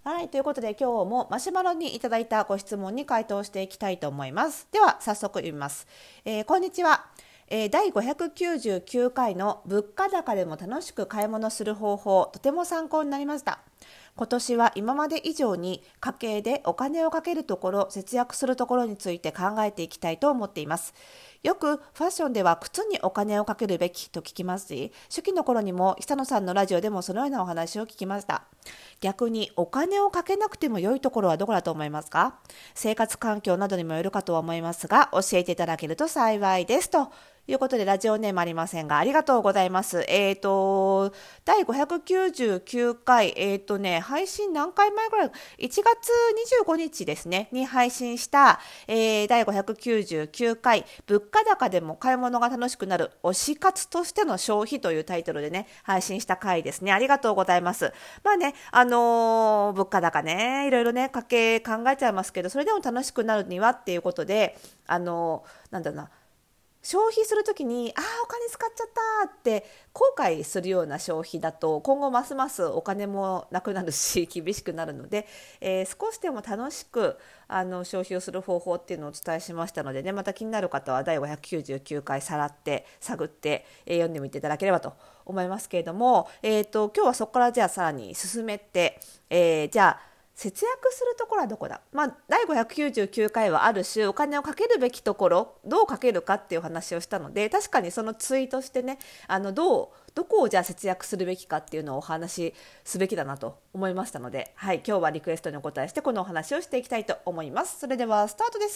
はい、ということで今日もマシュマロにいただいたご質問に回答していきたいと思います。では早速読みます。こんにちは。第599回の物価高でも楽しく買い物する方法、とても参考になりました。今年は今まで以上に家計でお金をかけるところ、節約するところについて考えていきたいと思っています。よくファッションでは靴にお金をかけるべきと聞きますし、初期の頃にも久野さんのラジオでもそのようなお話を聞きました。逆にお金をかけなくても良いところはどこだと思いますか？生活環境などにもよるかとは思いますが、教えていただけると幸いですということで、ラジオネームありませんがありがとうございます。第599回、配信何回前ぐらい、1月25日ですね、に配信した、第599回、物価高でも買い物が楽しくなる推し活としての消費というタイトルでね、配信した回ですね。ありがとうございます。まあね、物価高ね、いろいろね、家計考えちゃいますけど、それでも楽しくなるにはっていうことで、なんだろうな、消費するときにお金使っちゃったって後悔するような消費だと今後ますますお金もなくなるし厳しくなるので、少しでも楽しく消費をする方法っていうのをお伝えしましたのでね、また気になる方は第599回さらって探って、読んでみていただければと思いますけれども、今日はそこからじゃあさらに進めて、じゃあ節約するところはどこだ、第599回はある種お金をかけるべきところ、どうかけるかっていう話をしたので、確かにそのツイートしてね、どこをじゃあ節約するべきかっていうのをお話しすべきだなと思いましたので、はい、今日はリクエストにお答えしてこのお話をしていきたいと思います。それではスタートです。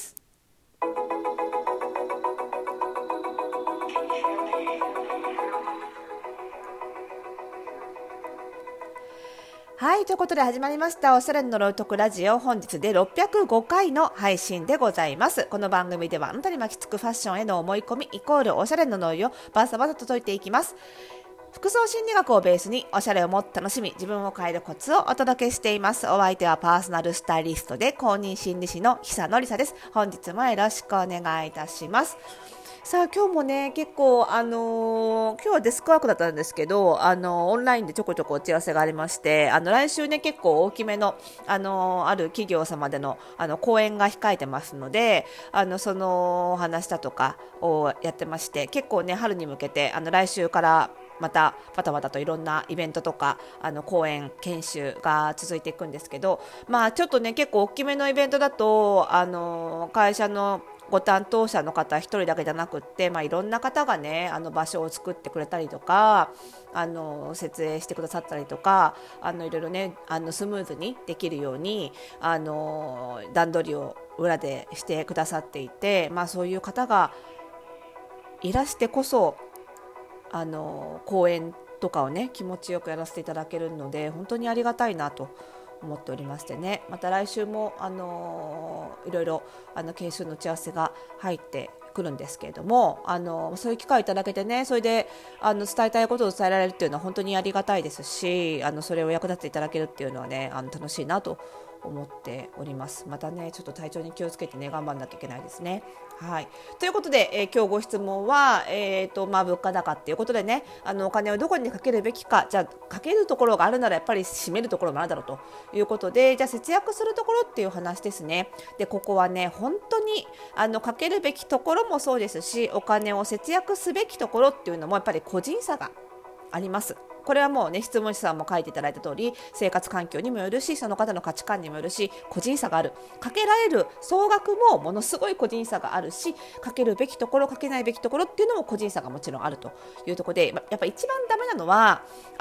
はい、ということで始まりましたおしゃれの呪いとくラジオ、本日で605回の配信でございます。この番組ではあなたに巻きつくファッションへの思い込みイコールおしゃれの呪いをバサバサと解いていきます。服装心理学をベースにおしゃれをもっと楽しみ、自分を変えるコツをお届けしています。お相手はパーソナルスタイリストで公認心理師の久野里沙です。本日もよろしくお願いいたします。さあ今日もね結構今日はデスクワークだったんですけどオンラインでちょこちょこ打ち合わせがありまして、来週ね結構大きめのある企業様での講演が控えてますので、そのお話だとかをやってまして、結構ね春に向けて来週からまたバタバタといろんなイベントとか講演研修が続いていくんですけど、ちょっとね結構大きめのイベントだと会社のご担当者の方一人だけじゃなくって、いろんな方がね場所を作ってくれたりとか設営してくださったりとかいろいろねスムーズにできるように段取りを裏でしてくださっていて、そういう方がいらしてこそ講演とかをね気持ちよくやらせていただけるので本当にありがたいなと思っておりましてね、また来週もいろいろ研修の打ち合わせが入ってくるんですけれども、そういう機会をいただけてね、それで伝えたいことを伝えられるっていうのは本当にありがたいですし、それを役立っていただけるっていうのはね楽しいなと思っております。またねちょっと体調に気をつけてね頑張んなきゃいけないですね。はい、ということで、今日ご質問は、物価高っていうことでねお金をどこにかけるべきか、じゃあかけるところがあるならやっぱり締めるところもあるだろうということで、じゃあ節約するところっていう話ですね。でここはね本当にかけるべきところもそうですし、お金を節約すべきところっていうのもやっぱり個人差があります。これはもうね質問者さんも書いていただいた通り、生活環境にもよるし、その方の価値観にもよるし、個人差がある。かけられる総額もものすごい個人差があるし、かけるべきところかけないべきところっていうのも個人差がもちろんあるというところで、やっぱ一番ダメなのは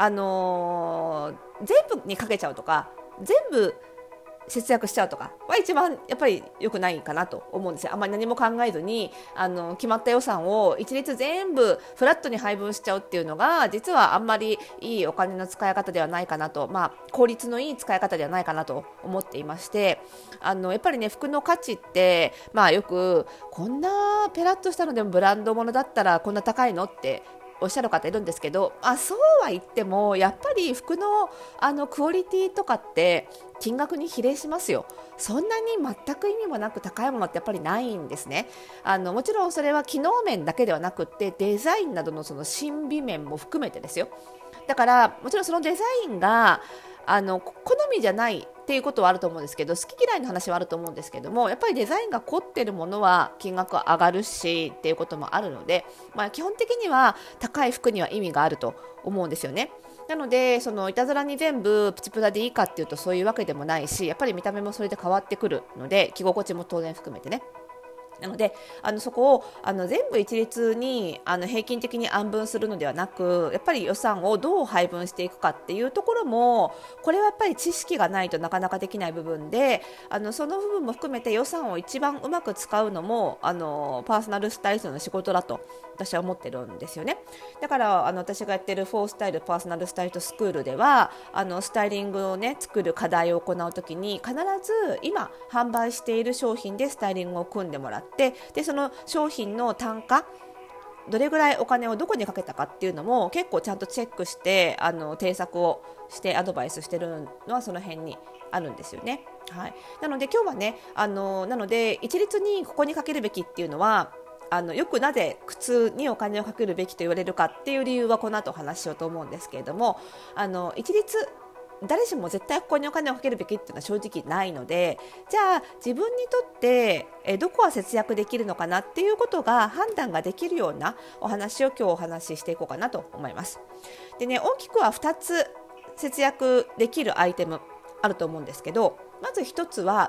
全部にかけちゃうとか、全部節約しちゃうとかは一番やっぱり良くないかなと思うんですよ。あんまり何も考えずに決まった予算を一律全部フラットに配分しちゃうっていうのが実はあんまりいいお金の使い方ではないかなと、効率のいい使い方ではないかなと思っていまして、やっぱりね服の価値ってよくこんなペラッとしたのでもブランド物だったらこんな高いのっておっしゃる方いるんですけど、そうは言ってもやっぱり服のクオリティとかって金額に比例しますよ。そんなに全く意味もなく高いものってやっぱりないんですね。もちろんそれは機能面だけではなくってデザインなどのその審美面も含めてですよ。だからもちろんそのデザインが好みじゃないっていうことはあると思うんですけど、好き嫌いの話はあると思うんですけども、やっぱりデザインが凝ってるものは金額は上がるしっていうこともあるので、基本的には高い服には意味があると思うんですよね。なのでそのいたずらに全部プチプラでいいかっていうとそういうわけでもないし、やっぱり見た目もそれで変わってくるので、着心地も当然含めてね。なのでそこを全部一律に平均的に案分するのではなく、やっぱり予算をどう配分していくかっていうところも、これはやっぱり知識がないとなかなかできない部分で、その部分も含めて予算を一番うまく使うのもパーソナルスタイリストの仕事だと私は思ってるんですよね。だから私がやってるフォースタイルパーソナルスタイリストスクールではスタイリングをね作る課題を行うときに、必ず今販売している商品でスタイリングを組んでもらって、でその商品の単価、どれぐらいお金をどこにかけたかっていうのも結構ちゃんとチェックして添削をしてアドバイスしてるのはその辺にあるんですよね。はい、なので今日はねなので一律にここにかけるべきっていうのは、よくなぜ靴にお金をかけるべきと言われるかっていう理由はこの後お話ししようと思うんですけれども、一律誰しも絶対ここにお金をかけるべきっていうのは正直ないので、じゃあ自分にとってどこは節約できるのかなっていうことが判断ができるようなお話を今日お話ししていこうかなと思います。でね、大きくは2つ節約できるアイテムあると思うんですけど、まず1つは、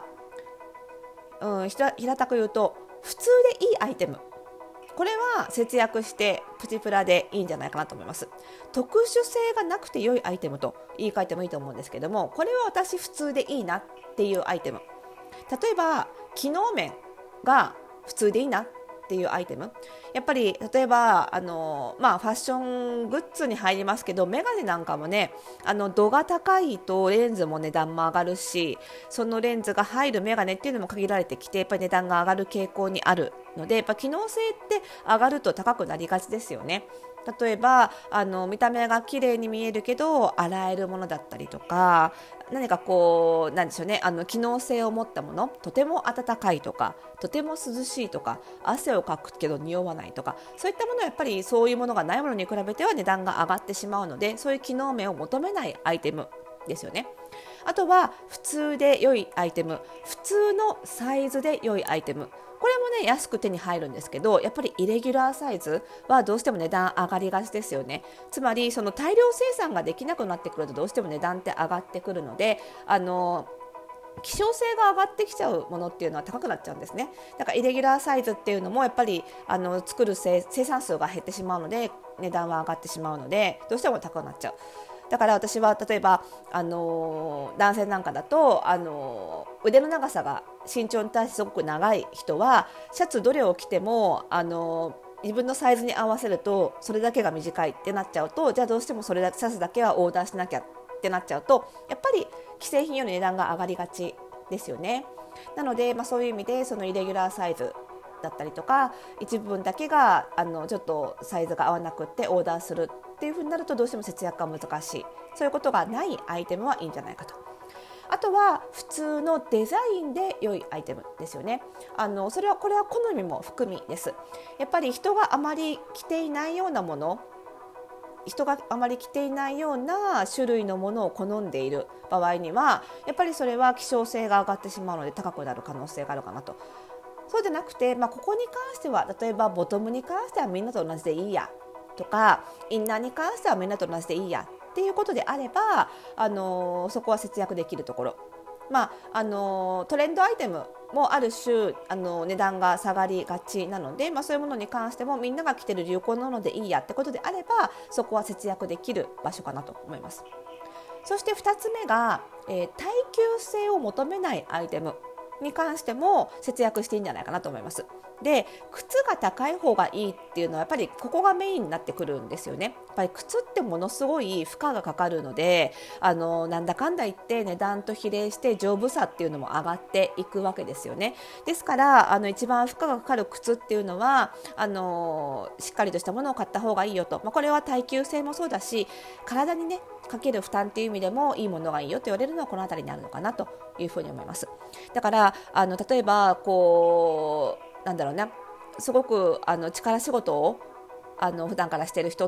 平たく言うと普通でいいアイテム、これは節約してプチプラでいいんじゃないかなと思います。特殊性がなくて良いアイテムと言い換えてもいいと思うんですけども、これは私普通でいいなっていうアイテム、例えば機能面が普通でいいなっていうアイテム、やっぱり例えばファッショングッズに入りますけど、メガネなんかもね度が高いとレンズも値段も上がるし、そのレンズが入るメガネっていうのも限られてきて、やっぱり値段が上がる傾向にあるので、やっぱ機能性って上がると高くなりがちですよね。例えば見た目が綺麗に見えるけど洗えるものだったりとか、何かこうなんでしょうね、機能性を持ったもの、とても暖かいとかとても涼しいとか汗をかくけど匂わないとか、そういったものはやっぱりそういうものがないものに比べては値段が上がってしまうので、そういう機能面を求めないアイテムですよね。あとは普通で良いアイテム、普通のサイズで良いアイテム、これもね安く手に入るんですけど、やっぱりイレギュラーサイズはどうしても値段上がりがちですよね。つまりその大量生産ができなくなってくるとどうしても値段って上がってくるので、希少性が上がってきちゃうものっていうのは高くなっちゃうんですね。だからイレギュラーサイズっていうのもやっぱり作る生産数が減ってしまうので値段は上がってしまうので、どうしても高くなっちゃう。だから私は例えば、男性なんかだと腕の長さが身長に対してすごく長い人はシャツどれを着ても自分のサイズに合わせるとそれだけが短いってなっちゃうと、じゃあどうしてもそれだけシャツだけはオーダーしなきゃってなっちゃうと、やっぱり既製品より値段が上がりがちですよね。なので、そういう意味でそのイレギュラーサイズだったりとか、一部分だけがちょっとサイズが合わなくってオーダーするっていう風になるとどうしても節約が難しい、そういうことがないアイテムはいいんじゃないかと。あとは普通のデザインで良いアイテムですよね。これは好みも含みです。やっぱり人があまり着ていないようなもの、人があまり着ていないような種類のものを好んでいる場合には、やっぱりそれは希少性が上がってしまうので高くなる可能性があるかなと。そうじゃなくて、ここに関しては例えばボトムに関してはみんなと同じでいいやとか、インナーに関してはみんなと同じでいいやっていうことであれば、そこは節約できるところ、トレンドアイテムもある種値段が下がりがちなので、そういうものに関してもみんなが着てる流行なのでいいやってことであれば、そこは節約できる場所かなと思います。そして2つ目が、耐久性を求めないアイテムに関しても節約していいんじゃないかなと思います。で、靴が高い方がいいっていうのはやっぱりここがメインになってくるんですよね。やっぱり靴ってものすごい負荷がかかるので、なんだかんだ言って値段と比例して丈夫さっていうのも上がっていくわけですよね。ですから一番負荷がかかる靴っていうのはしっかりとしたものを買った方がいいよと、これは耐久性もそうだし、体にねかける負担っていう意味でもいいものがいいよと言われるのはこのあたりになるのかなというふうに思います。だから例えばなんだろうな、すごく力仕事を普段からしている人っ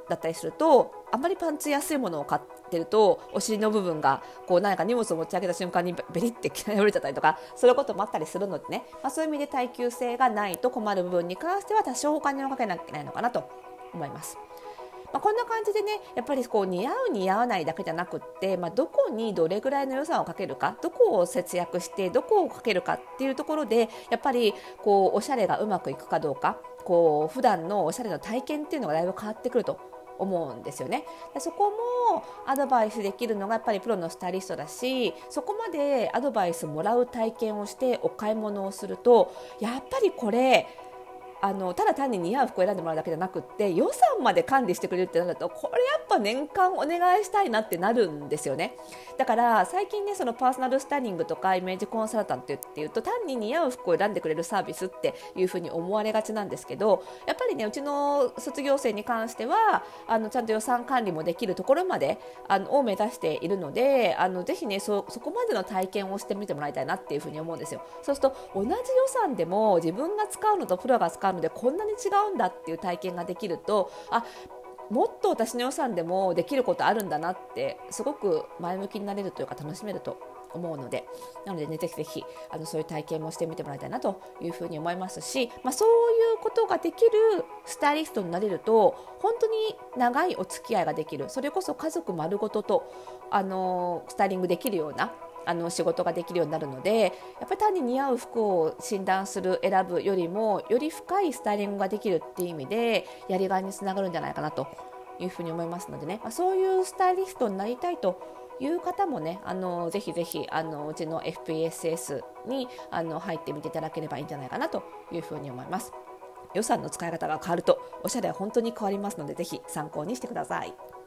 だったりすると、あんまりパンツ安いものを買ってるとお尻の部分がこう何か荷物を持ち上げた瞬間にベリって折れちゃったりとか、そういうこともあったりするのでね、そういう意味で耐久性がないと困る部分に関しては多少お金をかけなきゃいけないのかなと思います。こんな感じでね、やっぱりこう似合う似合わないだけじゃなくって、どこにどれぐらいの予算をかけるか、どこを節約してどこをかけるかっていうところで、やっぱりこうおしゃれがうまくいくかどうか、こう普段のおしゃれの体験っていうのがだいぶ変わってくると思うんですよね。でそこもアドバイスできるのがやっぱりプロのスタイリストだし、そこまでアドバイスもらう体験をしてお買い物をすると、やっぱりこれただ単に似合う服を選んでもらうだけじゃなくって、予算まで管理してくれるってなると、これやっぱ年間お願いしたいなってなるんですよね。だから最近ね、そのパーソナルスタイリングとかイメージコンサルタントっていうと、単に似合う服を選んでくれるサービスっていう風に思われがちなんですけど、やっぱりね、うちの卒業生に関してはちゃんと予算管理もできるところまでを目指しているので、ぜひね、そこまでの体験をしてみてもらいたいなっていう風に思うんですよ。そうすると同じ予算でも自分が使うのとプロが使うのでこんなに違うんだっていう体験ができると、もっと私の予算でもできることあるんだなってすごく前向きになれるというか楽しめると思うので、なのでね、ぜひぜひそういう体験もしてみてもらいたいなというふうに思いますし、そういうことができるスタイリストになれると本当に長いお付き合いができる、それこそ家族丸ごととスタイリングできるような仕事ができるようになるので、やっぱり単に似合う服を診断する選ぶよりもより深いスタイリングができるっていう意味でやりがいにつながるんじゃないかなというふうに思いますのでね、そういうスタイリストになりたいという方もね、ぜひぜひうちの FPSS に入ってみていただければいいんじゃないかなというふうに思います。予算の使い方が変わるとおしゃれは本当に変わりますので、ぜひ参考にしてください。